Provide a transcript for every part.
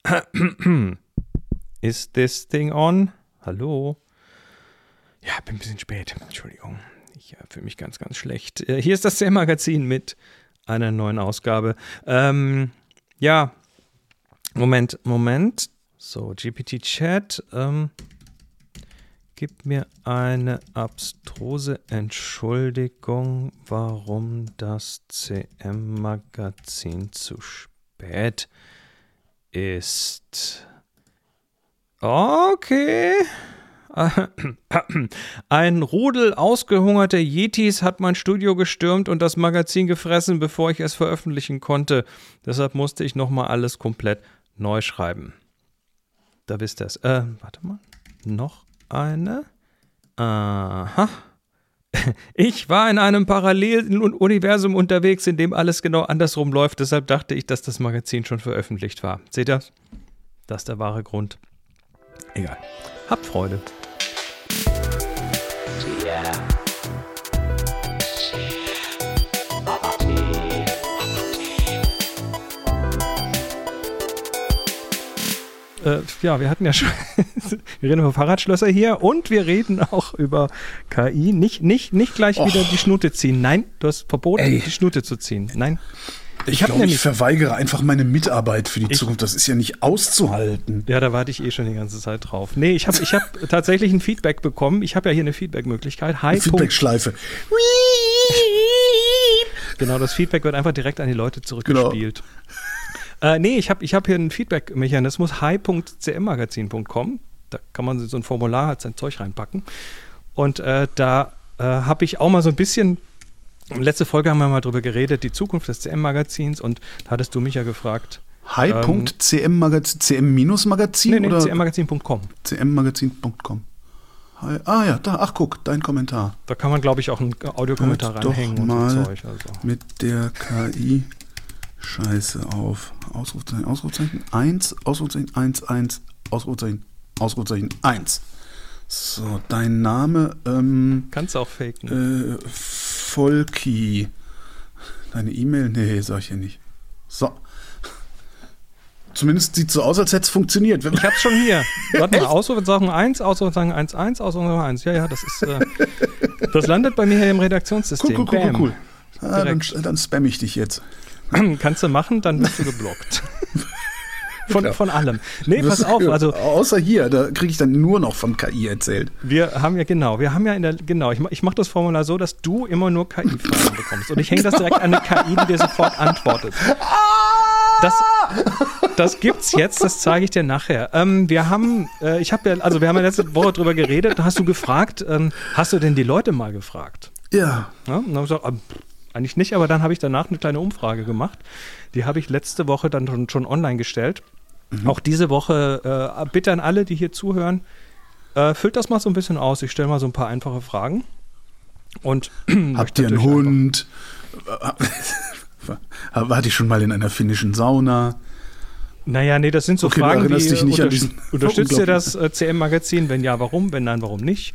Is this thing on? Hallo? Ja, bin ein bisschen spät. Entschuldigung. Ich fühle mich ganz, ganz schlecht. Hier ist das CM-Magazin mit einer neuen Ausgabe. Ja, Moment. So, GPT-Chat. Gib mir eine abstruse Entschuldigung, warum das CM-Magazin zu spät ist. Okay. Ein Rudel ausgehungerter Yetis hat mein Studio gestürmt und das Magazin gefressen, bevor ich es veröffentlichen konnte. Deshalb musste ich nochmal alles komplett neu schreiben. Da wisst ihr es. Warte mal. Noch eine. Aha. Ich war in einem parallelen Universum unterwegs, in dem alles genau andersrum läuft. Deshalb dachte ich, dass das Magazin schon veröffentlicht war. Seht ihr? Das ist der wahre Grund. Egal. Habt Freude. Ja, wir hatten ja schon, wir reden über Fahrradschlösser hier und wir reden auch über KI. Nicht gleich wieder die Schnute ziehen. Nein, du hast verboten, die Schnute zu ziehen. Nein. Ich verweigere einfach meine Mitarbeit für die Zukunft. Das ist ja nicht auszuhalten. Ja, da warte ich schon die ganze Zeit drauf. Nee, ich hab tatsächlich ein Feedback bekommen. Ich habe ja hier eine Feedback-Möglichkeit. Feedback-Schleife. Genau, das Feedback wird einfach direkt an die Leute zurückgespielt. Genau. Nee, ich hab hier einen Feedback-Mechanismus, hi.cmmagazin.com. Da kann man so ein Formular, halt sein Zeug reinpacken. Und da habe ich auch mal so ein bisschen, letzte Folge haben wir mal drüber geredet, die Zukunft des CM-Magazins, und da hattest du mich ja gefragt. Hi.cm-Magazin, CM-Magazin? Nee, oder? cmmagazin.com. cmmagazin.com. Ja, da, ach guck, dein Kommentar. Da kann man, glaube ich, auch einen Audiokommentar reinhängen und so Zeug. Also. Mit der KI Scheiße auf. Ausrufezeichen, Ausrufezeichen 1, Ausrufezeichen 1, 1, Ausrufezeichen, Ausrufezeichen 1. So, dein Name, kannst du auch faken. Volki. Deine E-Mail? Nee, sag ich hier nicht. So. Zumindest sieht so aus, als hätte es funktioniert. Ich hab's schon hier. Warte mal, Ausrufezeichen 1, Ausrufezeichen 1, 1, Ausrufezeichen 1. Ja, das ist, das landet bei mir hier im Redaktionssystem. Cool. Dann spamme ich dich jetzt. Kannst du machen, dann wirst du geblockt. Von allem. Nee, pass auf. Also, außer hier, da kriege ich dann nur noch von KI erzählt. Wir haben ja ich mache das Formular so, dass du immer nur KI-Fragen bekommst. Und ich hänge das direkt an eine KI, die dir sofort antwortet. Das gibt's jetzt, das zeige ich dir nachher. Wir haben ja letzte Woche drüber geredet, da hast du gefragt, hast du denn die Leute mal gefragt? Ja. Und dann habe ich gesagt, eigentlich nicht, aber dann habe ich danach eine kleine Umfrage gemacht. Die habe ich letzte Woche dann schon online gestellt. Mhm. Auch diese Woche bitte an alle, die hier zuhören, füllt das mal so ein bisschen aus. Ich stelle mal so ein paar einfache Fragen. Und habt ihr einen Hund? Wart ihr schon mal in einer finnischen Sauna? Naja, nee, das sind so Fragen wie, unterstützt ihr das CM-Magazin? Wenn ja, warum? Wenn nein, warum nicht?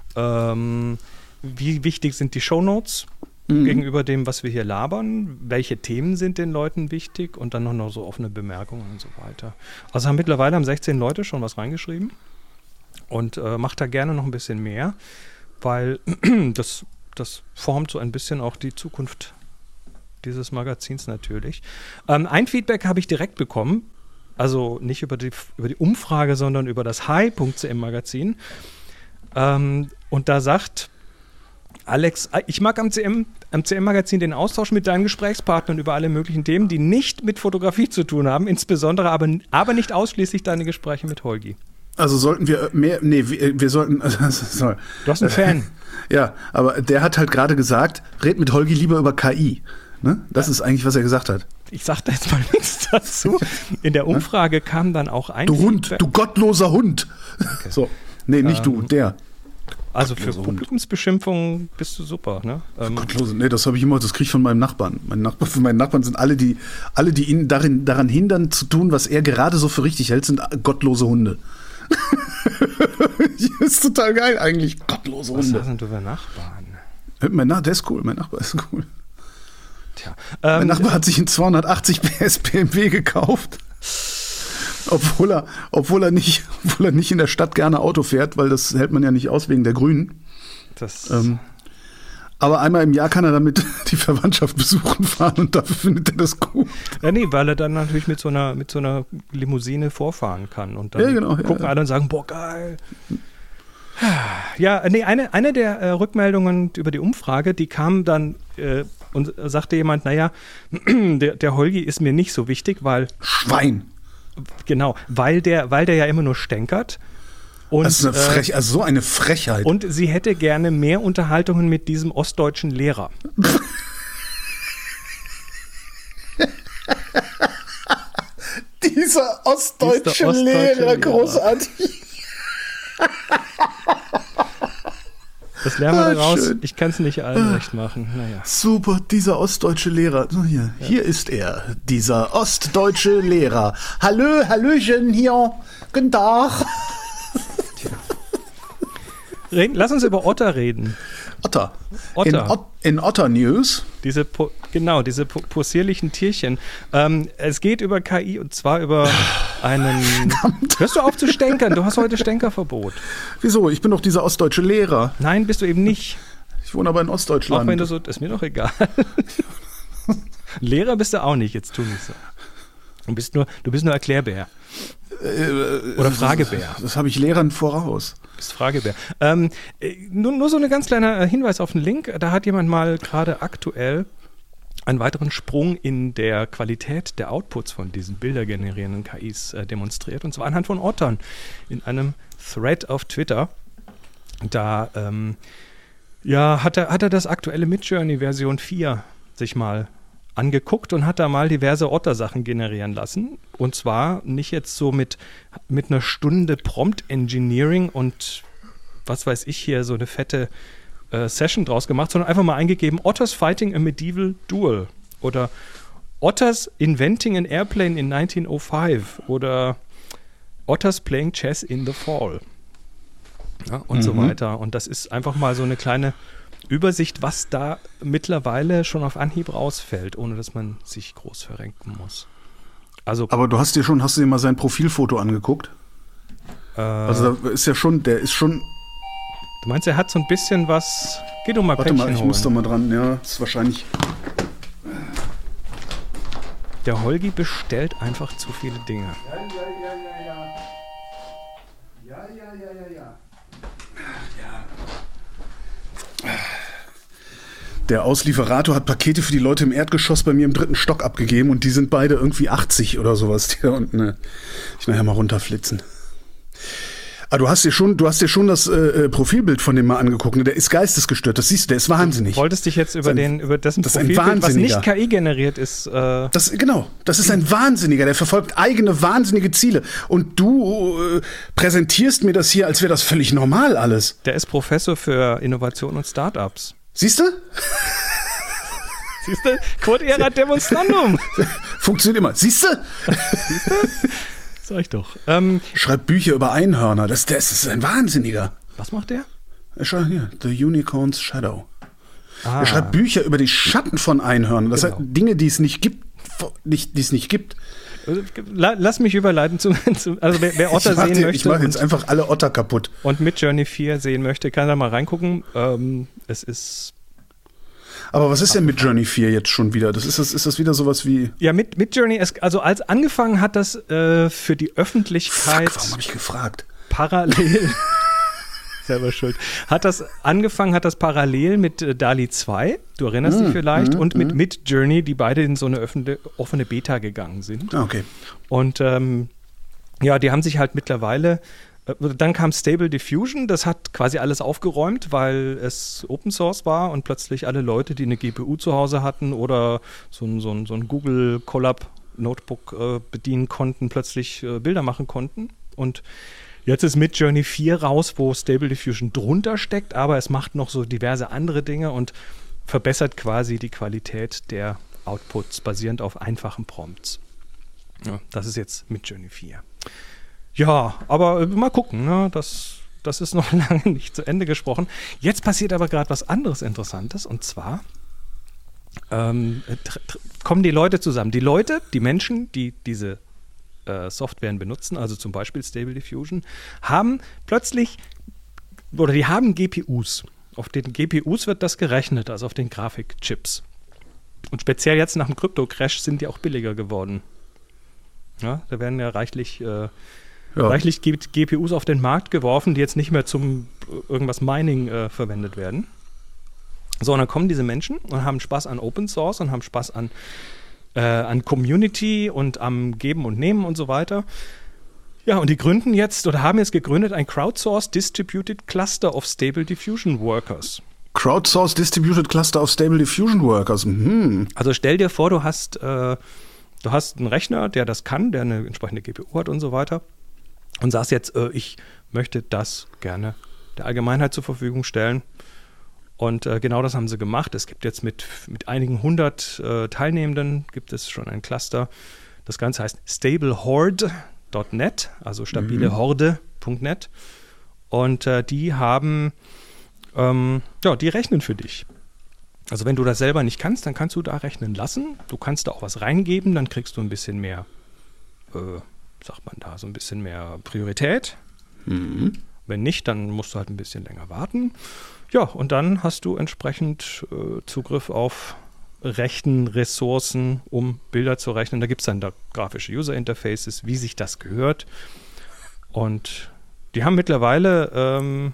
Wie wichtig sind die Shownotes gegenüber dem, was wir hier labern? Welche Themen sind den Leuten wichtig? Und dann noch so offene Bemerkungen und so weiter. Also mittlerweile haben 16 Leute schon was reingeschrieben und macht da gerne noch ein bisschen mehr, weil das formt so ein bisschen auch die Zukunft dieses Magazins natürlich. Ein Feedback habe ich direkt bekommen, also nicht über die Umfrage, sondern über das hi.cm-Magazin. Und da sagt Alex, ich mag am CM-Magazin den Austausch mit deinen Gesprächspartnern über alle möglichen Themen, die nicht mit Fotografie zu tun haben, insbesondere aber nicht ausschließlich deine Gespräche mit Holgi. Also sollten wir mehr, wir sollten, sorry. Du hast einen Fan. Ja, aber der hat halt gerade gesagt, red mit Holgi lieber über KI. Ne? Das ist eigentlich, was er gesagt hat. Ich sag da jetzt mal nichts dazu. In der Umfrage kam dann auch ein Du Hund, du gottloser Hund. Okay. So, nee, nicht du, der. Also für Publikumsbeschimpfungen bist du super, ne? Gottlose, nee, das habe ich immer, das kriege ich von meinem Nachbarn. Für meinen Nachbarn sind alle, die ihn daran hindern zu tun, was er gerade so für richtig hält, sind gottlose Hunde. Das ist total geil eigentlich, gottlose Hunde. Was sind du für Nachbarn? Der ist cool, mein Nachbar ist cool. Tja, mein Nachbar hat sich einen 280 PS BMW gekauft. Obwohl er nicht in der Stadt gerne Auto fährt, weil das hält man ja nicht aus wegen der Grünen. Aber einmal im Jahr kann er damit die Verwandtschaft besuchen fahren und dafür findet er das gut. Ja, nee, weil er dann natürlich mit so einer Limousine vorfahren kann und dann gucken alle und sagen, boah, geil. Ja, nee, eine der Rückmeldungen über die Umfrage, die kam dann und sagte jemand, naja, der Holgi ist mir nicht so wichtig, weil... Schwein! Genau, weil der ja immer nur stänkert. Und, das ist so eine Frechheit. Und sie hätte gerne mehr Unterhaltungen mit diesem ostdeutschen Lehrer. Dieser ostdeutsche Lehrer, großartig. Das lernen wir raus. Schön. Ich kann es nicht allen recht machen. Naja. Super, dieser ostdeutsche Lehrer. So, hier ist er, dieser ostdeutsche Lehrer. Hallöchen hier. Guten Tag. Lass uns über Otter reden. Otter. In Otter News. Diese possierlichen Tierchen. Es geht über KI und zwar über einen... Hörst du auf zu stänkern? Du hast heute Stänkerverbot. Wieso? Ich bin doch dieser ostdeutsche Lehrer. Nein, bist du eben nicht. Ich wohne aber in Ostdeutschland. Auch wenn du so... Ist mir doch egal. Lehrer bist du auch nicht, jetzt tu nicht so. Du bist nur Erklärbär. Oder Fragebär. Das habe ich Lehrern voraus. Du bist Fragebär. Nur so ein ganz kleiner Hinweis auf den Link. Da hat jemand mal gerade aktuell einen weiteren Sprung in der Qualität der Outputs von diesen bildergenerierenden KIs demonstriert. Und zwar anhand von Ottern in einem Thread auf Twitter. Da hat er das aktuelle Midjourney Version 4 sich mal angeguckt und hat da mal diverse Otter-Sachen generieren lassen. Und zwar nicht jetzt so mit einer Stunde Prompt-Engineering und was weiß ich hier, so eine fette Session draus gemacht, sondern einfach mal eingegeben, Otters fighting a medieval duel oder Otters inventing an airplane in 1905 oder Otters playing chess in the fall. Ja, und so weiter. Und das ist einfach mal so eine kleine Übersicht, was da mittlerweile schon auf Anhieb rausfällt, ohne dass man sich groß verrenken muss. Also, aber hast du dir mal sein Profilfoto angeguckt? Also da ist ja schon, der ist schon... Du meinst, er hat so ein bisschen was... Geh doch mal Päckchen holen. Warte mal, ich muss da mal dran. Ja, das ist wahrscheinlich... Der Holgi bestellt einfach zu viele Dinge. Der Auslieferator hat Pakete für die Leute im Erdgeschoss bei mir im 3. Stock abgegeben und die sind beide irgendwie 80 oder sowas, die da unten. Ich nachher mal runterflitzen. Aber du hast dir schon das Profilbild von dem mal angeguckt. Ne? Der ist geistesgestört, das siehst du, der ist wahnsinnig. Du wolltest dich jetzt über dessen Profilbild, was nicht KI generiert ist. Das ist ein Wahnsinniger, der verfolgt eigene wahnsinnige Ziele. Und du präsentierst mir das hier, als wäre das völlig normal alles. Der ist Professor für Innovation und Startups. Siehst du? Siehst du? Quod erat demonstrandum. Funktioniert immer. Siehst du? Sag ich doch. Schreibt Bücher über Einhörner. Das ist ein Wahnsinniger. Was macht der? Schau hier. The Unicorn's Shadow. Er schreibt Bücher über die Schatten von Einhörnern. Das sind Dinge, die es nicht gibt. Lass mich überleiten also wer Otter sehen möchte. Ich mache jetzt einfach alle Otter kaputt. Und Midjourney 4 sehen möchte, kann da mal reingucken. Es ist... Aber was ist denn Midjourney 4 jetzt schon wieder? Ist das wieder sowas wie... Ja, Midjourney, also als angefangen hat das für die Öffentlichkeit... Warum habe ich gefragt? Parallel... Selber schuld. Hat das parallel mit DALL-E 2, du erinnerst dich vielleicht, und mit Midjourney, die beide in so eine offene Beta gegangen sind. Okay. Und die haben sich halt mittlerweile, dann kam Stable Diffusion, das hat quasi alles aufgeräumt, weil es Open Source war und plötzlich alle Leute, die eine GPU zu Hause hatten oder so ein Google Colab Notebook bedienen konnten, plötzlich Bilder machen konnten. Und jetzt ist Midjourney 4 raus, wo Stable Diffusion drunter steckt, aber es macht noch so diverse andere Dinge und verbessert quasi die Qualität der Outputs basierend auf einfachen Prompts. Ja, das ist jetzt Midjourney 4. Ja, aber mal gucken, ne? Das ist noch lange nicht zu Ende gesprochen. Jetzt passiert aber gerade was anderes Interessantes und zwar kommen die Leute zusammen. Die Menschen, die diese Softwaren benutzen, also zum Beispiel Stable Diffusion, haben GPUs. Auf den GPUs wird das gerechnet, also auf den Grafikchips. Und speziell jetzt nach dem Krypto-Crash sind die auch billiger geworden. Ja, da werden ja reichlich GPUs auf den Markt geworfen, die jetzt nicht mehr zum irgendwas Mining verwendet werden. So, und dann kommen diese Menschen und haben Spaß an Open Source und haben Spaß an Community und am Geben und Nehmen und so weiter. Ja, und die gründen jetzt oder haben jetzt gegründet ein Crowdsourced Distributed Cluster of Stable Diffusion Workers. Crowdsourced Distributed Cluster of Stable Diffusion Workers. Also stell dir vor, du hast einen Rechner, der das kann, der eine entsprechende GPU hat und so weiter und sagst jetzt, ich möchte das gerne der Allgemeinheit zur Verfügung stellen. Und genau das haben sie gemacht. Es gibt jetzt mit einigen 100 Teilnehmenden gibt es schon ein Cluster. Das Ganze heißt stablehorde.net, also stabilehorde.net. Und die haben, die rechnen für dich. Also wenn du das selber nicht kannst, dann kannst du da rechnen lassen. Du kannst da auch was reingeben, dann kriegst du ein bisschen mehr, so ein bisschen mehr Priorität. Wenn nicht, dann musst du halt ein bisschen länger warten. Ja, und dann hast du entsprechend Zugriff auf Rechenressourcen, um Bilder zu rechnen. Da gibt es dann da grafische User-Interfaces, wie sich das gehört. Und die haben mittlerweile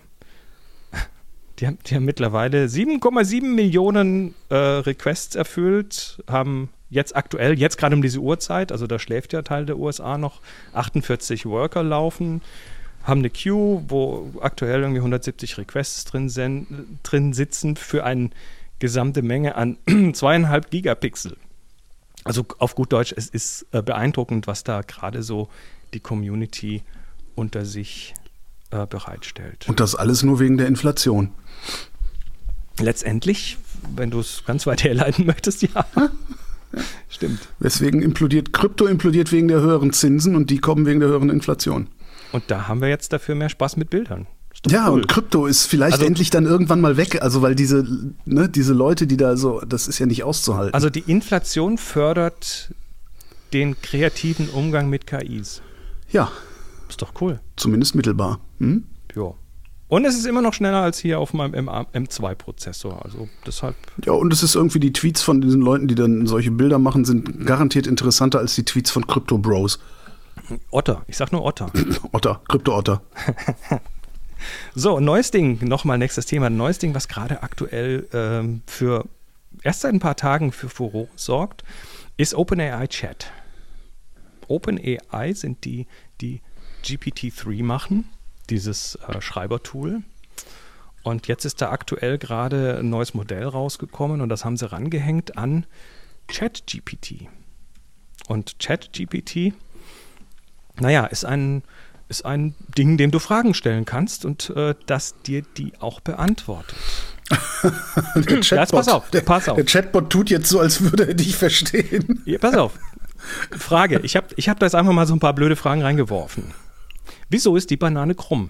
7,7 Millionen Requests erfüllt, haben jetzt gerade um diese Uhrzeit, also da schläft ja Teil der USA noch, 48 Worker laufen, haben eine Queue, wo aktuell irgendwie 170 Requests drin sitzen für eine gesamte Menge an 2,5 Gigapixel. Also auf gut Deutsch, es ist beeindruckend, was da gerade so die Community unter sich bereitstellt. Und das alles nur wegen der Inflation. Letztendlich, wenn du es ganz weit herleiten möchtest, ja. Stimmt. Weswegen Krypto implodiert wegen der höheren Zinsen und die kommen wegen der höheren Inflation. Und da haben wir jetzt dafür mehr Spaß mit Bildern. Ja, cool. Und Krypto ist vielleicht endlich dann irgendwann mal weg. Also weil diese Leute, die da so, das ist ja nicht auszuhalten. Also die Inflation fördert den kreativen Umgang mit KIs. Ja. Ist doch cool. Zumindest mittelbar. Ja. Und es ist immer noch schneller als hier auf meinem M2-Prozessor. Also deshalb. Ja, und es ist irgendwie die Tweets von diesen Leuten, die dann solche Bilder machen, sind garantiert interessanter als die Tweets von Crypto Bros. Otter. Ich sag nur Otter. Krypto-Otter. So, neues Ding. Nochmal nächstes Thema. Neues Ding, was gerade aktuell erst seit ein paar Tagen für Furore sorgt, ist OpenAI Chat. OpenAI sind die GPT-3 machen, dieses Schreibertool. Und jetzt ist da aktuell gerade ein neues Modell rausgekommen und das haben sie rangehängt an ChatGPT. Und ChatGPT, ist ein Ding, dem du Fragen stellen kannst und das dir die auch beantwortet. Der Chatbot, jetzt pass auf. Der Chatbot tut jetzt so, als würde er dich verstehen. Ja, pass auf. Frage. Ich hab da jetzt einfach mal so ein paar blöde Fragen reingeworfen. Wieso ist die Banane krumm?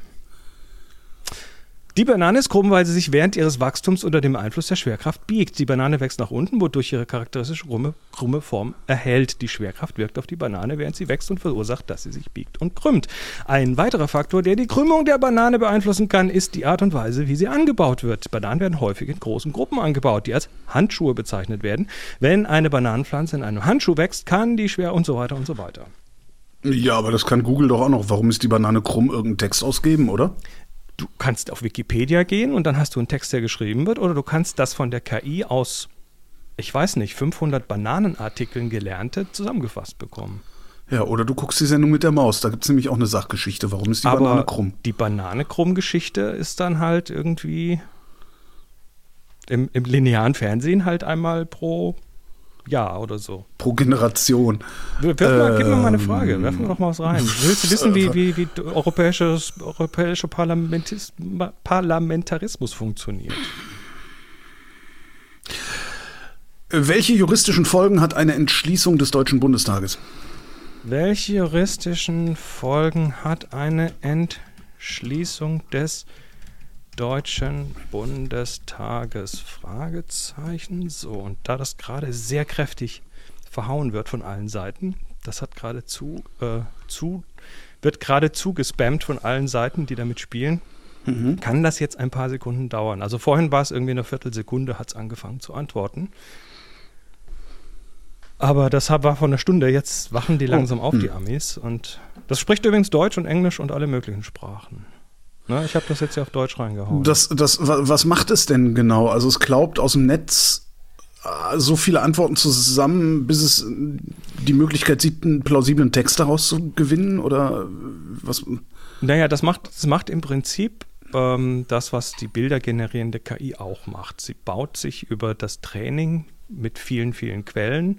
Die Banane ist krumm, weil sie sich während ihres Wachstums unter dem Einfluss der Schwerkraft biegt. Die Banane wächst nach unten, wodurch ihre charakteristische krumme Form erhält. Die Schwerkraft wirkt auf die Banane, während sie wächst und verursacht, dass sie sich biegt und krümmt. Ein weiterer Faktor, der die Krümmung der Banane beeinflussen kann, ist die Art und Weise, wie sie angebaut wird. Bananen werden häufig in großen Gruppen angebaut, die als Handschuhe bezeichnet werden. Wenn eine Bananenpflanze in einem Handschuh wächst, kann die schwer und so weiter und so weiter. Ja, aber das kann Google doch auch noch. Warum ist die Banane krumm? Irgendeinen Text ausgeben, oder? Du kannst auf Wikipedia gehen und dann hast du einen Text, der geschrieben wird, oder du kannst das von der KI aus, 500 Bananenartikeln Gelernte zusammengefasst bekommen. Ja, oder du guckst die Sendung mit der Maus, da gibt es nämlich auch eine Sachgeschichte. Warum ist die Banane krumm? Die Banane-Krumm-Geschichte ist dann halt irgendwie im linearen Fernsehen halt einmal pro Jahr oder so. Pro Generation. Gib mir mal eine Frage, werfen wir doch mal was rein. Willst du wissen, wie europäischer Parlamentarismus funktioniert? Welche juristischen Folgen hat eine Entschließung des Deutschen Bundestages? Welche juristischen Folgen hat eine Entschließung des Deutschen Bundestages? Fragezeichen. So, und da das gerade sehr kräftig verhauen wird von allen Seiten, Das hat wird geradezu gespammt von allen Seiten, die damit spielen. Kann das jetzt ein paar Sekunden dauern? Also vorhin war es irgendwie eine Viertelsekunde, hat es angefangen zu antworten. Aber das war vor einer Stunde, jetzt wachen die langsam auf, die Amis. Und das spricht übrigens Deutsch und Englisch und alle möglichen Sprachen. Ne, ich habe das jetzt ja auf Deutsch reingehauen. Was macht es denn genau? Also es glaubt aus dem Netz so viele Antworten zusammen, bis es die Möglichkeit sieht, einen plausiblen Text daraus zu gewinnen? Oder was? Naja, das macht im Prinzip das, was die bildergenerierende KI auch macht. Sie baut sich über das Training mit vielen, vielen Quellen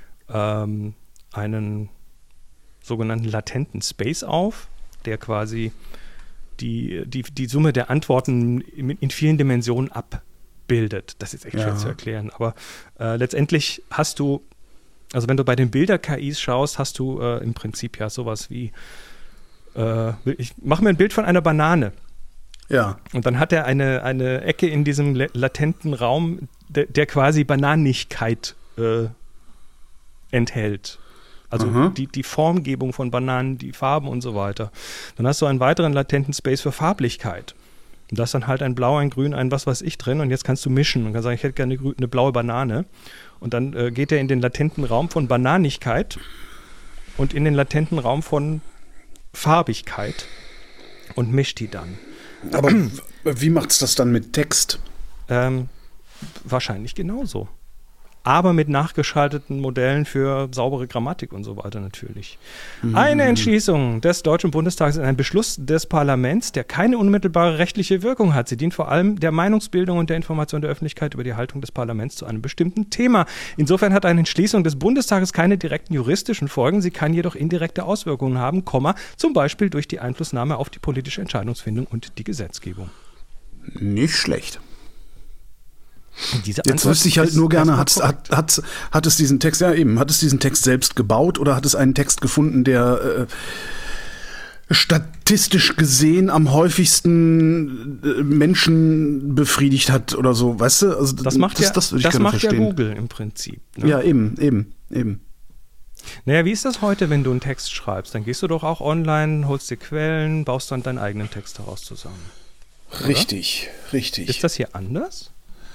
einen sogenannten latenten Space auf, der quasi die Summe der Antworten in vielen Dimensionen abbildet. Das ist echt schwer zu erklären. Aber letztendlich hast du, also wenn du bei den Bilder-KIs schaust, hast du im Prinzip ja sowas wie, ich mache mir ein Bild von einer Banane. Ja. Und dann hat er eine Ecke in diesem latenten Raum, der quasi Bananigkeit enthält. Also die Formgebung von Bananen, die Farben und so weiter. Dann hast du einen weiteren latenten Space für Farblichkeit. Und da ist dann halt ein Blau, ein Grün, ein was weiß ich drin. Und jetzt kannst du mischen und kannst sagen, ich hätte gerne eine blaue Banane. Und dann geht er in den latenten Raum von Bananigkeit und in den latenten Raum von Farbigkeit und mischt die dann. Aber wie macht es das dann mit Text? Wahrscheinlich genauso. Aber mit nachgeschalteten Modellen für saubere Grammatik und so weiter natürlich. Eine Entschließung des Deutschen Bundestages ist ein Beschluss des Parlaments, der keine unmittelbare rechtliche Wirkung hat. Sie dient vor allem der Meinungsbildung und der Information der Öffentlichkeit über die Haltung des Parlaments zu einem bestimmten Thema. Insofern hat eine Entschließung des Bundestages keine direkten juristischen Folgen. Sie kann jedoch indirekte Auswirkungen haben, zum Beispiel durch die Einflussnahme auf die politische Entscheidungsfindung und die Gesetzgebung. Nicht schlecht. Jetzt wüsste ich halt nur gerne, hat es diesen Text, hat es diesen Text selbst gebaut oder hat es einen Text gefunden, der statistisch gesehen am häufigsten Menschen befriedigt hat oder so, weißt du? Also das macht ja Google im Prinzip. Ne? Ja, eben. Naja, wie ist das heute, wenn du einen Text schreibst? Dann gehst du doch auch online, holst dir Quellen, baust dann deinen eigenen Text daraus zusammen. Oder? Richtig. Ist das hier anders?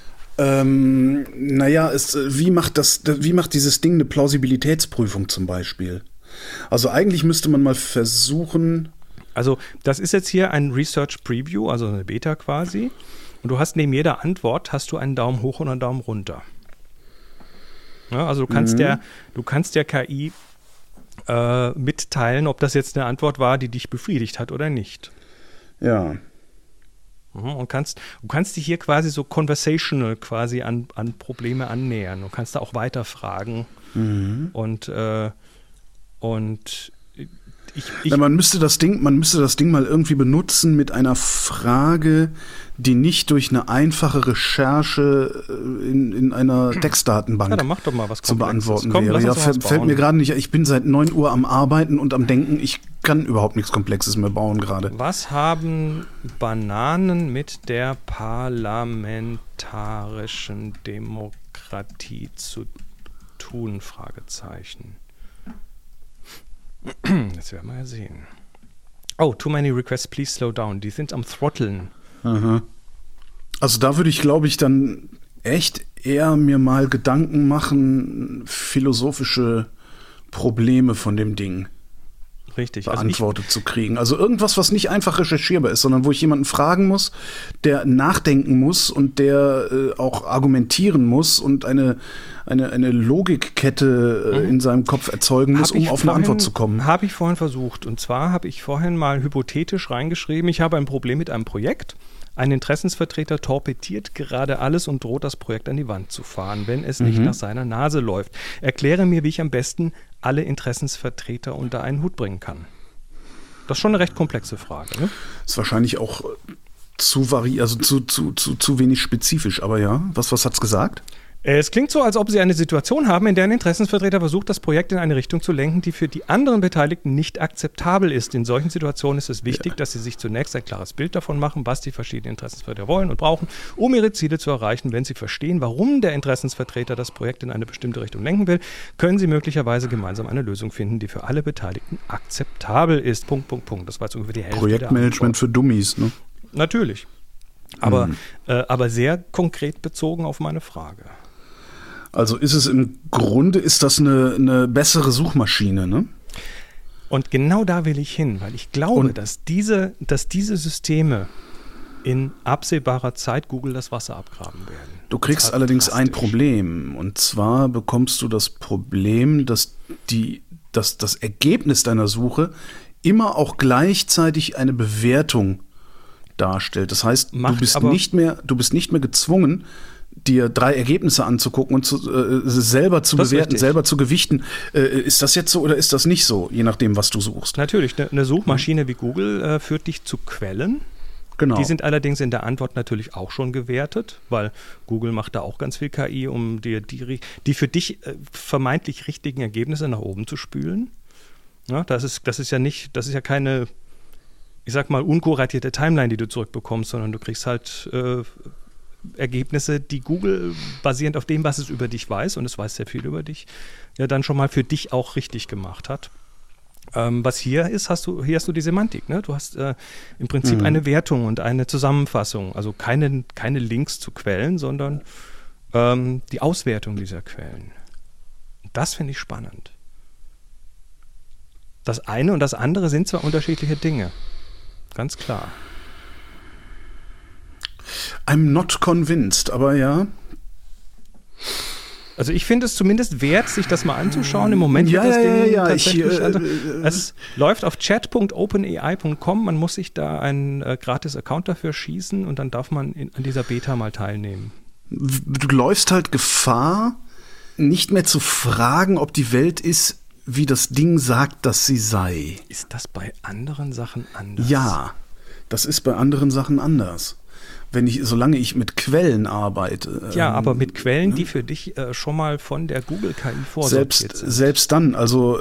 Wie macht dieses Ding eine Plausibilitätsprüfung zum Beispiel? Also eigentlich müsste man mal versuchen. Also das ist jetzt hier ein Research Preview, also eine Beta quasi. Und du hast neben jeder Antwort hast du einen Daumen hoch und einen Daumen runter. Ja, also du kannst der KI mitteilen, ob das jetzt eine Antwort war, die dich befriedigt hat oder nicht. Ja. Und du kannst dich hier quasi so conversational quasi an Probleme annähern. Du kannst da auch weiterfragen. Und man müsste das Ding mal irgendwie benutzen mit einer Frage, die nicht durch eine einfache Recherche in einer Textdatenbank dann mach doch mal was zu beantworten wäre. Ja, fällt mir gerade nicht. Ich bin seit 9 Uhr am Arbeiten und am Denken, ich kann überhaupt nichts Komplexes mehr bauen gerade. Was haben Bananen mit der parlamentarischen Demokratie zu tun? Fragezeichen. Das werden wir ja sehen. Oh, too many requests, please slow down. Die sind am Throtteln. Aha. Also da würde ich, glaube ich, dann echt eher mir mal Gedanken machen, philosophische Probleme von dem Ding beantwortet zu kriegen. Also irgendwas, was nicht einfach recherchierbar ist, sondern wo ich jemanden fragen muss, der nachdenken muss und der auch argumentieren muss und eine Logikkette in seinem Kopf erzeugen muss, um auf eine Antwort zu kommen. Habe ich vorhin versucht. Und zwar habe ich vorhin mal hypothetisch reingeschrieben, ich habe ein Problem mit einem Projekt. Ein Interessensvertreter torpediert gerade alles und droht, das Projekt an die Wand zu fahren, wenn es nicht nach seiner Nase läuft. Erkläre mir, wie ich am besten alle Interessensvertreter unter einen Hut bringen kann. Das ist schon eine recht komplexe Frage. Ne? Ist wahrscheinlich auch zu wenig spezifisch, aber ja. Was hat's gesagt? Es klingt so, als ob Sie eine Situation haben, in der ein Interessensvertreter versucht, das Projekt in eine Richtung zu lenken, die für die anderen Beteiligten nicht akzeptabel ist. In solchen Situationen ist es wichtig, dass Sie sich zunächst ein klares Bild davon machen, was die verschiedenen Interessensvertreter wollen und brauchen, um ihre Ziele zu erreichen. Wenn Sie verstehen, warum der Interessensvertreter das Projekt in eine bestimmte Richtung lenken will, können Sie möglicherweise gemeinsam eine Lösung finden, die für alle Beteiligten akzeptabel ist. Punkt. Das war jetzt ungefähr die Hälfte. Projektmanagement für Dummies, ne? Natürlich. Aber sehr konkret bezogen auf meine Frage. Also ist es im Grunde, ist das eine bessere Suchmaschine, ne? Und genau da will ich hin, weil ich glaube, dass diese Systeme in absehbarer Zeit Google das Wasser abgraben werden. Du kriegst allerdings ein Problem. Und zwar bekommst du das Problem, dass das Ergebnis deiner Suche immer auch gleichzeitig eine Bewertung darstellt. Das heißt, du bist nicht mehr gezwungen, dir 3 Ergebnisse anzugucken und selber zu bewerten, selber zu gewichten. Ist das jetzt so oder ist das nicht so, je nachdem, was du suchst? Natürlich, eine Suchmaschine wie Google führt dich zu Quellen. Genau. Die sind allerdings in der Antwort natürlich auch schon gewertet, weil Google macht da auch ganz viel KI, um dir die für dich vermeintlich richtigen Ergebnisse nach oben zu spülen. Ja, das ist ja keine, ich sag mal, unkuratierte Timeline, die du zurückbekommst, sondern du kriegst halt Ergebnisse, die Google basierend auf dem, was es über dich weiß, und es weiß sehr viel über dich, ja dann schon mal für dich auch richtig gemacht hat. Was hier ist, hast du die Semantik, ne? Du hast im Prinzip eine Wertung und eine Zusammenfassung, also keine Links zu Quellen, sondern die Auswertung dieser Quellen. Das finde ich spannend. Das eine und das andere sind zwar unterschiedliche Dinge, ganz klar. I'm not convinced, aber ja. Also ich finde es zumindest wert, sich das mal anzuschauen. Im Moment wird das Ding tatsächlich. Es läuft auf chat.openai.com. Man muss sich da einen gratis Account dafür schießen und dann darf man an dieser Beta mal teilnehmen. Du läufst halt Gefahr, nicht mehr zu fragen, ob die Welt ist, wie das Ding sagt, dass sie sei. Ist das bei anderen Sachen anders? Ja, das ist bei anderen Sachen anders. Solange ich mit Quellen arbeite. Ja, aber mit Quellen, die für dich schon mal von der Google-KI vorsortiert sind. Selbst dann,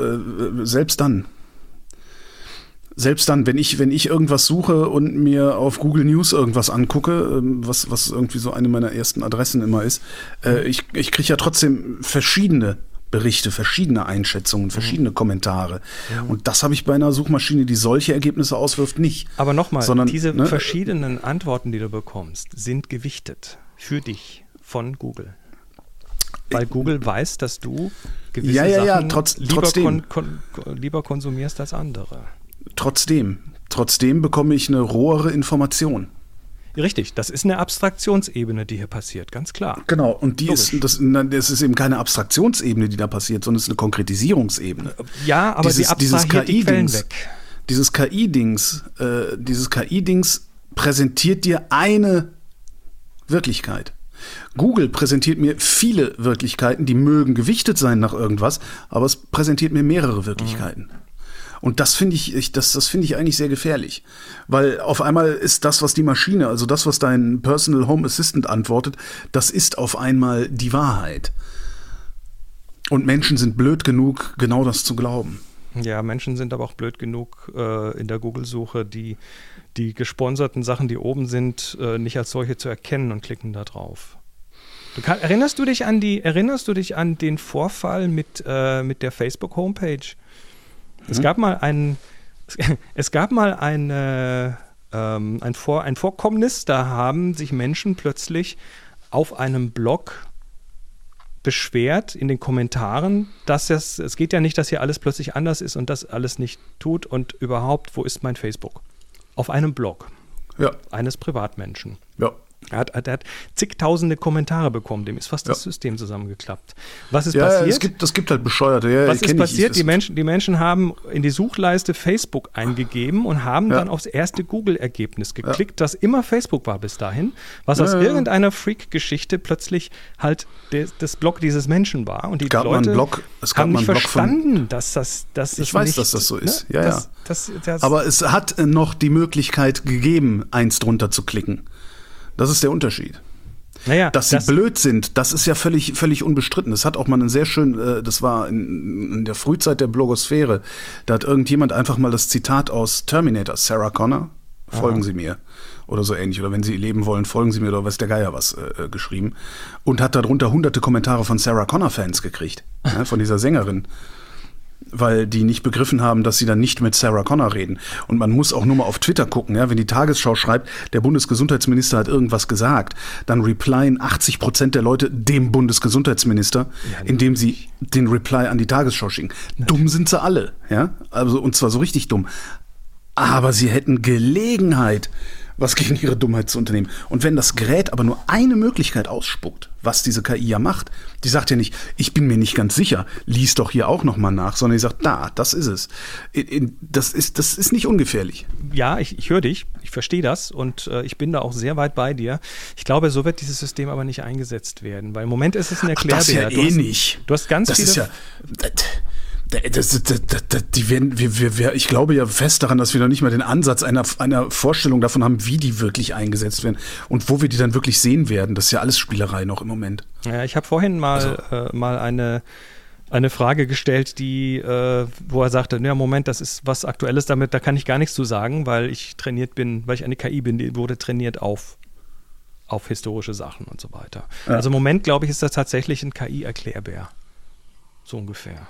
wenn ich irgendwas suche und mir auf Google News irgendwas angucke, was irgendwie so eine meiner ersten Adressen immer ist, ich kriege ja trotzdem verschiedene Berichte, verschiedene Einschätzungen, verschiedene Kommentare. Ja. Und das habe ich bei einer Suchmaschine, die solche Ergebnisse auswirft, nicht. Aber nochmal, diese verschiedenen Antworten, die du bekommst, sind gewichtet für dich von Google. Weil Google weiß, dass du gewisse Sachen lieber konsumierst als andere. Trotzdem bekomme ich eine rohere Information. Richtig, das ist eine Abstraktionsebene, die hier passiert, ganz klar. Genau, und das ist eben keine Abstraktionsebene, die da passiert, sondern es ist eine Konkretisierungsebene. Ja, aber sie abstrahiert die Quellen weg. Dieses KI-Dings präsentiert dir eine Wirklichkeit. Google präsentiert mir viele Wirklichkeiten, die mögen gewichtet sein nach irgendwas, aber es präsentiert mir mehrere Wirklichkeiten. Und das finde ich eigentlich sehr gefährlich. Weil auf einmal ist das, was die Maschine, also das, was dein Personal Home Assistant antwortet, das ist auf einmal die Wahrheit. Und Menschen sind blöd genug, genau das zu glauben. Ja, Menschen sind aber auch blöd genug in der Google-Suche, die gesponserten Sachen, die oben sind, nicht als solche zu erkennen und klicken da drauf. Erinnerst du dich an den Vorfall mit der Facebook-Homepage? Es gab mal ein Vorkommnis, da haben sich Menschen plötzlich auf einem Blog beschwert in den Kommentaren, dass es geht ja nicht, dass hier alles plötzlich anders ist und das alles nicht tut und überhaupt, wo ist mein Facebook? Auf einem Blog eines Privatmenschen. Ja. Er hat zigtausende Kommentare bekommen, dem ist fast das System zusammengeklappt. Was ist passiert? Es gibt halt Bescheuerte. Was ist passiert? Die Menschen haben in die Suchleiste Facebook eingegeben und haben dann aufs erste Google-Ergebnis geklickt, das immer Facebook war bis dahin, was aus irgendeiner Freak-Geschichte plötzlich halt das Blog dieses Menschen war. Und die Leute haben nicht verstanden, dass das ich weiß, dass das so ist. Ne? Aber es hat noch die Möglichkeit gegeben, eins drunter zu klicken. Das ist der Unterschied. Dass sie blöd sind, das ist ja völlig unbestritten. Das hat auch mal einen sehr schönen, das war in der Frühzeit der Blogosphäre, da hat irgendjemand einfach mal das Zitat aus Terminator, Sarah Connor, folgen Sie mir oder so ähnlich, oder wenn Sie leben wollen, folgen Sie mir oder weiß der Geier was geschrieben und hat darunter hunderte Kommentare von Sarah Connor-Fans gekriegt, von dieser Sängerin. Weil die nicht begriffen haben, dass sie dann nicht mit Sarah Connor reden. Und man muss auch nur mal auf Twitter gucken, wenn die Tagesschau schreibt, der Bundesgesundheitsminister hat irgendwas gesagt, dann replyen 80% der Leute dem Bundesgesundheitsminister, indem sie den Reply an die Tagesschau schicken. Natürlich. Dumm sind sie alle, also, und zwar so richtig dumm. Aber sie hätten Gelegenheit, was gegen ihre Dummheit zu unternehmen. Und wenn das Gerät aber nur eine Möglichkeit ausspuckt, was diese KI ja macht, die sagt ja nicht, ich bin mir nicht ganz sicher, lies doch hier auch nochmal nach, sondern die sagt, das ist es. Das ist nicht ungefährlich. Ja, ich höre dich, ich verstehe das und ich bin da auch sehr weit bei dir. Ich glaube, so wird dieses System aber nicht eingesetzt werden, weil im Moment ist es ein Erklärbär. Das ist ja nicht. Du hast ganz das viele... Ist ja, ich glaube ja fest daran, dass wir noch nicht mal den Ansatz einer Vorstellung davon haben, wie die wirklich eingesetzt werden und wo wir die dann wirklich sehen werden. Das ist ja alles Spielerei noch im Moment. Ja, ich habe vorhin mal eine Frage gestellt, wo er sagte, Moment, das ist was Aktuelles, da kann ich gar nichts zu sagen, weil ich eine KI bin, die wurde trainiert auf historische Sachen und so weiter. Ja. Also im Moment, glaube ich, ist das tatsächlich ein KI-Erklärbär. So ungefähr.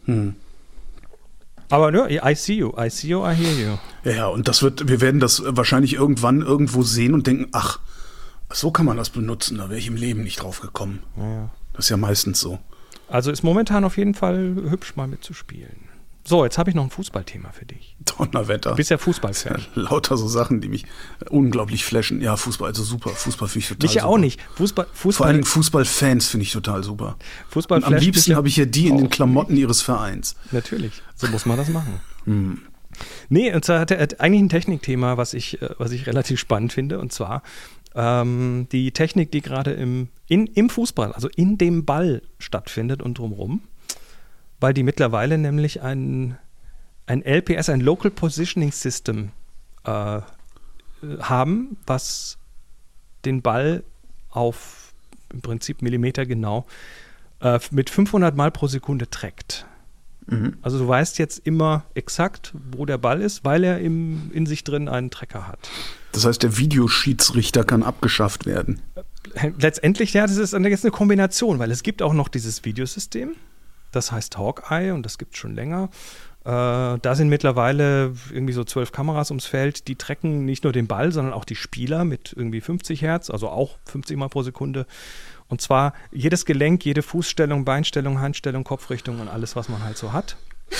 Aber I see you, I hear you. Ja, und wir werden das wahrscheinlich irgendwann irgendwo sehen und denken, ach, so kann man das benutzen, da wäre ich im Leben nicht drauf gekommen. Ja. Das ist ja meistens so. Also ist momentan auf jeden Fall hübsch, mal mitzuspielen. So, jetzt habe ich noch ein Fußballthema für dich. Donnerwetter. Du bist ja Fußballfan. Ja, lauter so Sachen, die mich unglaublich flashen. Ja, Fußball, also super. Fußball finde ich total super. Mich ja auch nicht. Fußball, vor allen Dingen Fußballfans finde ich total super. Fußball am liebsten habe ich ja die in den Klamotten ihres Vereins. Natürlich, so muss man das machen. Nee, und zwar hat er eigentlich ein Technikthema, was ich relativ spannend finde, und zwar die Technik, die gerade im Fußball, also in dem Ball stattfindet und drumherum, weil die mittlerweile nämlich ein LPS, ein Local Positioning System haben, was den Ball auf im Prinzip Millimeter genau mit 500 Mal pro Sekunde trackt. Also du weißt jetzt immer exakt, wo der Ball ist, weil er in sich drin einen Tracker hat. Das heißt, der Videoschiedsrichter kann abgeschafft werden. Letztendlich, ja, das ist jetzt eine Kombination, weil es gibt auch noch dieses Videosystem, das heißt Hawkeye und das gibt es schon länger. Da sind mittlerweile irgendwie so 12 Kameras ums Feld, die tracken nicht nur den Ball, sondern auch die Spieler mit irgendwie 50 Hertz, also auch 50 Mal pro Sekunde. Und zwar jedes Gelenk, jede Fußstellung, Beinstellung, Handstellung, Kopfrichtung und alles, was man halt so hat.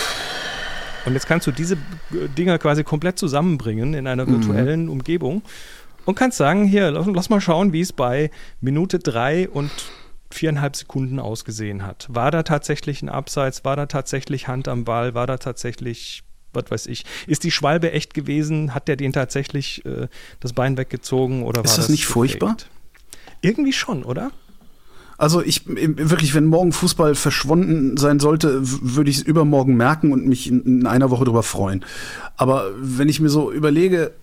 Und jetzt kannst du diese Dinger quasi komplett zusammenbringen in einer virtuellen Umgebung und kannst sagen, hier, lass mal schauen, wie es bei Minute 3 und 4,5 Sekunden ausgesehen hat. War da tatsächlich ein Abseits? War da tatsächlich Hand am Ball? War da tatsächlich, was weiß ich, ist die Schwalbe echt gewesen? Hat der den tatsächlich das Bein weggezogen? Oder ist das nicht furchtbar? Irgendwie schon, oder? Also wirklich, wenn morgen Fußball verschwunden sein sollte, würde ich es übermorgen merken und mich in einer Woche darüber freuen. Aber wenn ich mir so überlege,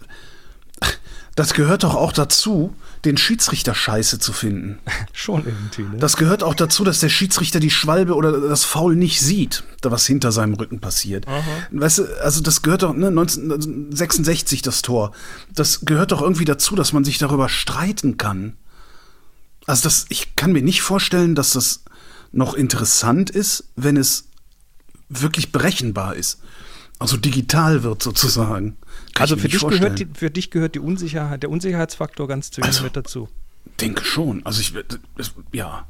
das gehört doch auch dazu, den Schiedsrichter scheiße zu finden. Schon irgendwie, ne? Das gehört auch dazu, dass der Schiedsrichter die Schwalbe oder das Foul nicht sieht, da was hinter seinem Rücken passiert. Aha. Weißt du, also das gehört doch, 1966 das Tor, das gehört doch irgendwie dazu, dass man sich darüber streiten kann. Also ich kann mir nicht vorstellen, dass das noch interessant ist, wenn es wirklich berechenbar ist. Also digital wird sozusagen. Also für dich gehört die Unsicherheit, der Unsicherheitsfaktor ganz zwingend mit dazu. Denke schon. Also ja.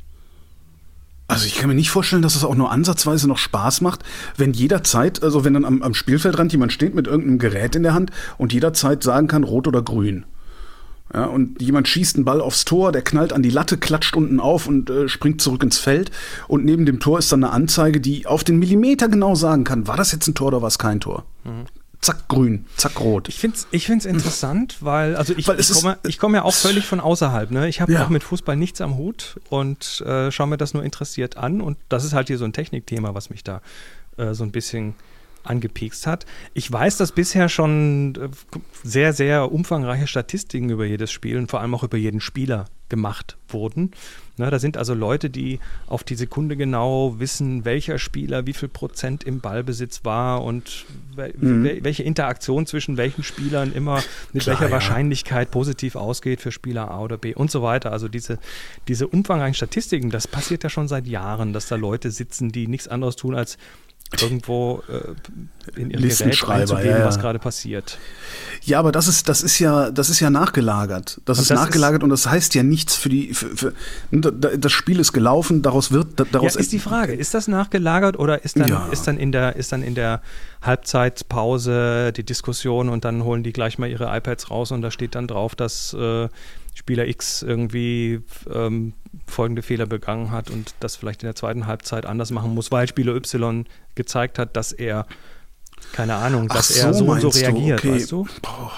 Also ich kann mir nicht vorstellen, dass es auch nur ansatzweise noch Spaß macht, wenn jederzeit, also wenn dann am Spielfeldrand jemand steht mit irgendeinem Gerät in der Hand und jederzeit sagen kann, rot oder grün. Ja, und jemand schießt einen Ball aufs Tor, der knallt an die Latte, klatscht unten auf und springt zurück ins Feld. Und neben dem Tor ist dann eine Anzeige, die auf den Millimeter genau sagen kann, war das jetzt ein Tor oder war es kein Tor? Zack, grün, zack, rot. Ich find's interessant, weil ich komme ja auch völlig von außerhalb. Ne? Ich habe auch mit Fußball nichts am Hut und schaue mir das nur interessiert an. Und das ist halt hier so ein Technikthema, was mich da so ein bisschen angepikst hat. Ich weiß, dass bisher schon sehr, sehr umfangreiche Statistiken über jedes Spiel und vor allem auch über jeden Spieler gemacht wurden. Na, da sind also Leute, die auf die Sekunde genau wissen, welcher Spieler wie viel Prozent im Ballbesitz war und welche Interaktion zwischen welchen Spielern immer mit welcher Wahrscheinlichkeit positiv ausgeht für Spieler A oder B und so weiter. Also diese umfangreichen Statistiken, das passiert ja schon seit Jahren, dass da Leute sitzen, die nichts anderes tun, als irgendwo in ihr Gerät reinzugeben, was gerade passiert. Ja, aber das ist ja nachgelagert. Das ist nachgelagert und das heißt ja nichts für das Spiel ist gelaufen, daraus ist die Frage, ist das nachgelagert oder ist dann in der Halbzeitpause die Diskussion und dann holen die gleich mal ihre iPads raus und da steht dann drauf, dass Spieler X irgendwie folgende Fehler begangen hat und das vielleicht in der zweiten Halbzeit anders machen muss, weil Spieler Y gezeigt hat, dass er, keine Ahnung, dass er so und so reagiert, okay. Weißt du?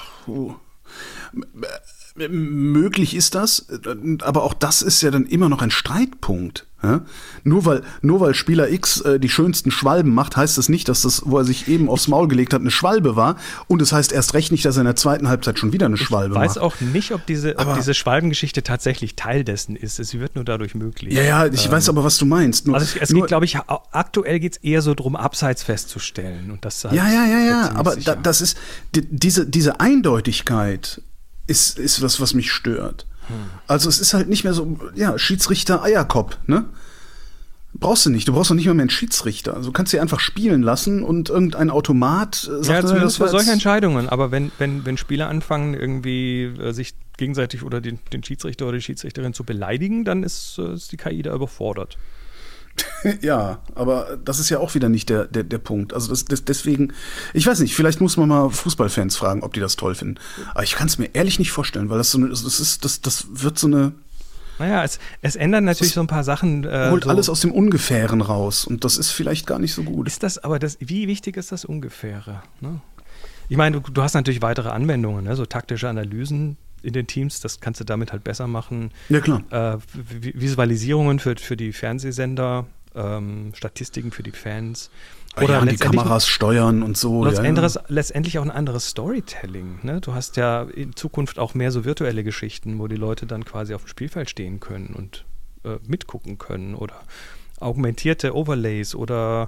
Möglich ist das, aber auch das ist ja dann immer noch ein Streitpunkt. Ja? Nur weil Spieler X die schönsten Schwalben macht, heißt das nicht, dass das, wo er sich eben aufs Maul gelegt hat, eine Schwalbe war. Und es heißt erst recht nicht, dass er in der zweiten Halbzeit schon wieder eine Schwalbe macht. Ich weiß auch nicht, ob diese Schwalbengeschichte tatsächlich Teil dessen ist. Sie wird nur dadurch möglich. Ja, ich weiß aber, was du meinst. Es geht, glaube ich, aktuell geht es eher so darum, Abseits festzustellen. Und das aber das ist diese Eindeutigkeit ist was mich stört. Also es ist halt nicht mehr so, Schiedsrichter Eierkopf, ne? Brauchst du nicht. Du brauchst doch nicht mehr einen Schiedsrichter. Also du kannst sie einfach spielen lassen und irgendein Automat sagt, zumindest für solche Entscheidungen. Aber wenn Spieler anfangen, irgendwie sich gegenseitig oder den Schiedsrichter oder die Schiedsrichterin zu beleidigen, dann ist die KI da überfordert. Ja, aber das ist ja auch wieder nicht der Punkt. Also deswegen, ich weiß nicht, vielleicht muss man mal Fußballfans fragen, ob die das toll finden. Aber ich kann es mir ehrlich nicht vorstellen, weil das wird so eine. Naja, es ändern natürlich so ein paar Sachen. Holt alles aus dem Ungefähren raus und das ist vielleicht gar nicht so gut. Wie wichtig ist das Ungefähre? Ne? Ich meine, du hast natürlich weitere Anwendungen, ne? So taktische Analysen in den Teams, das kannst du damit halt besser machen. Ja, klar. Visualisierungen für die Fernsehsender, Statistiken für die Fans. Oder die Kameras steuern und so. Letztendlich auch ein anderes Storytelling. Ne? Du hast ja in Zukunft auch mehr so virtuelle Geschichten, wo die Leute dann quasi auf dem Spielfeld stehen können und mitgucken können oder augmentierte Overlays oder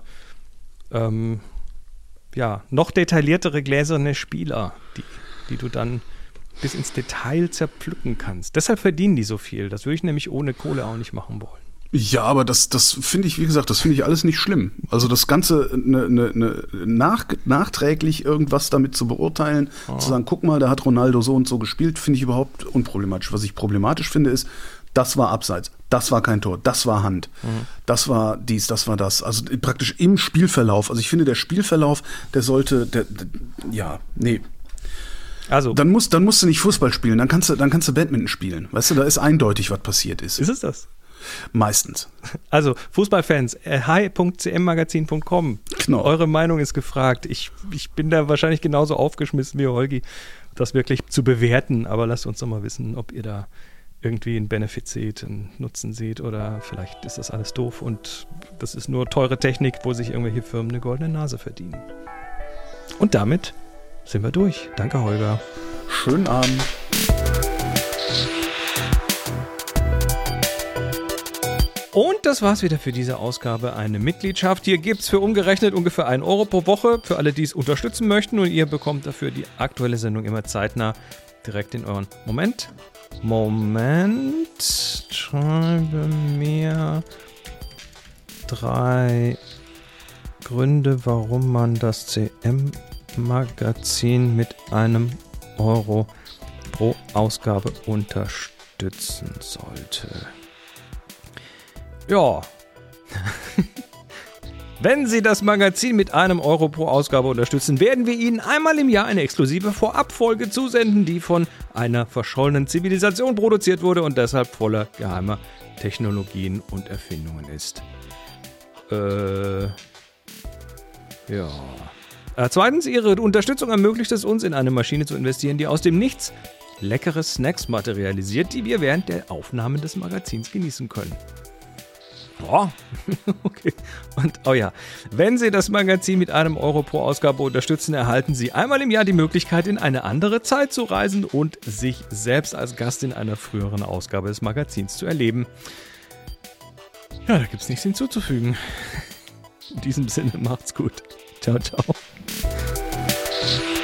noch detailliertere gläserne Spieler, die du dann bis ins Detail zerpflücken kannst. Deshalb verdienen die so viel. Das würde ich nämlich ohne Kohle auch nicht machen wollen. Ja, aber das finde ich, wie gesagt, das finde ich alles nicht schlimm. Also das Ganze nachträglich irgendwas damit zu beurteilen, zu sagen, guck mal, da hat Ronaldo so und so gespielt, finde ich überhaupt unproblematisch. Was ich problematisch finde, ist, das war Abseits, das war kein Tor, das war Hand, das war dies, das war das. Also praktisch im Spielverlauf. Also ich finde, der Spielverlauf, der sollte, nee. Also dann musst du nicht Fußball spielen, dann kannst du Badminton spielen. Weißt du, da ist eindeutig, was passiert ist. Ist es das? Meistens. Also Fußballfans, hi.cmmagazin.com. Genau. Eure Meinung ist gefragt. Ich bin da wahrscheinlich genauso aufgeschmissen wie Holgi, das wirklich zu bewerten. Aber lasst uns doch mal wissen, ob ihr da irgendwie einen Benefit seht, einen Nutzen seht oder vielleicht ist das alles doof und das ist nur teure Technik, wo sich irgendwelche Firmen eine goldene Nase verdienen. Und damit sind wir durch. Danke, Holger. Schönen Abend. Und das war's wieder für diese Ausgabe. Eine Mitgliedschaft. Hier gibt's für umgerechnet ungefähr 1 Euro pro Woche für alle, die es unterstützen möchten. Und ihr bekommt dafür die aktuelle Sendung immer zeitnah direkt in euren Moment. Schreibe mir 3 Gründe, warum man das CM-Magazin mit 1 Euro pro Ausgabe unterstützen sollte. Ja. Wenn Sie das Magazin mit 1 Euro pro Ausgabe unterstützen, werden wir Ihnen einmal im Jahr eine exklusive Vorabfolge zusenden, die von einer verschollenen Zivilisation produziert wurde und deshalb voller geheimer Technologien und Erfindungen ist. Ja. Zweitens, Ihre Unterstützung ermöglicht es uns, in eine Maschine zu investieren, die aus dem Nichts leckere Snacks materialisiert, die wir während der Aufnahmen des Magazins genießen können. Oh, okay. Und, oh ja, wenn Sie das Magazin mit einem Euro pro Ausgabe unterstützen, erhalten Sie einmal im Jahr die Möglichkeit, in eine andere Zeit zu reisen und sich selbst als Gast in einer früheren Ausgabe des Magazins zu erleben. Ja, da gibt's nichts hinzuzufügen. In diesem Sinne, macht's gut. Ciao, ciao.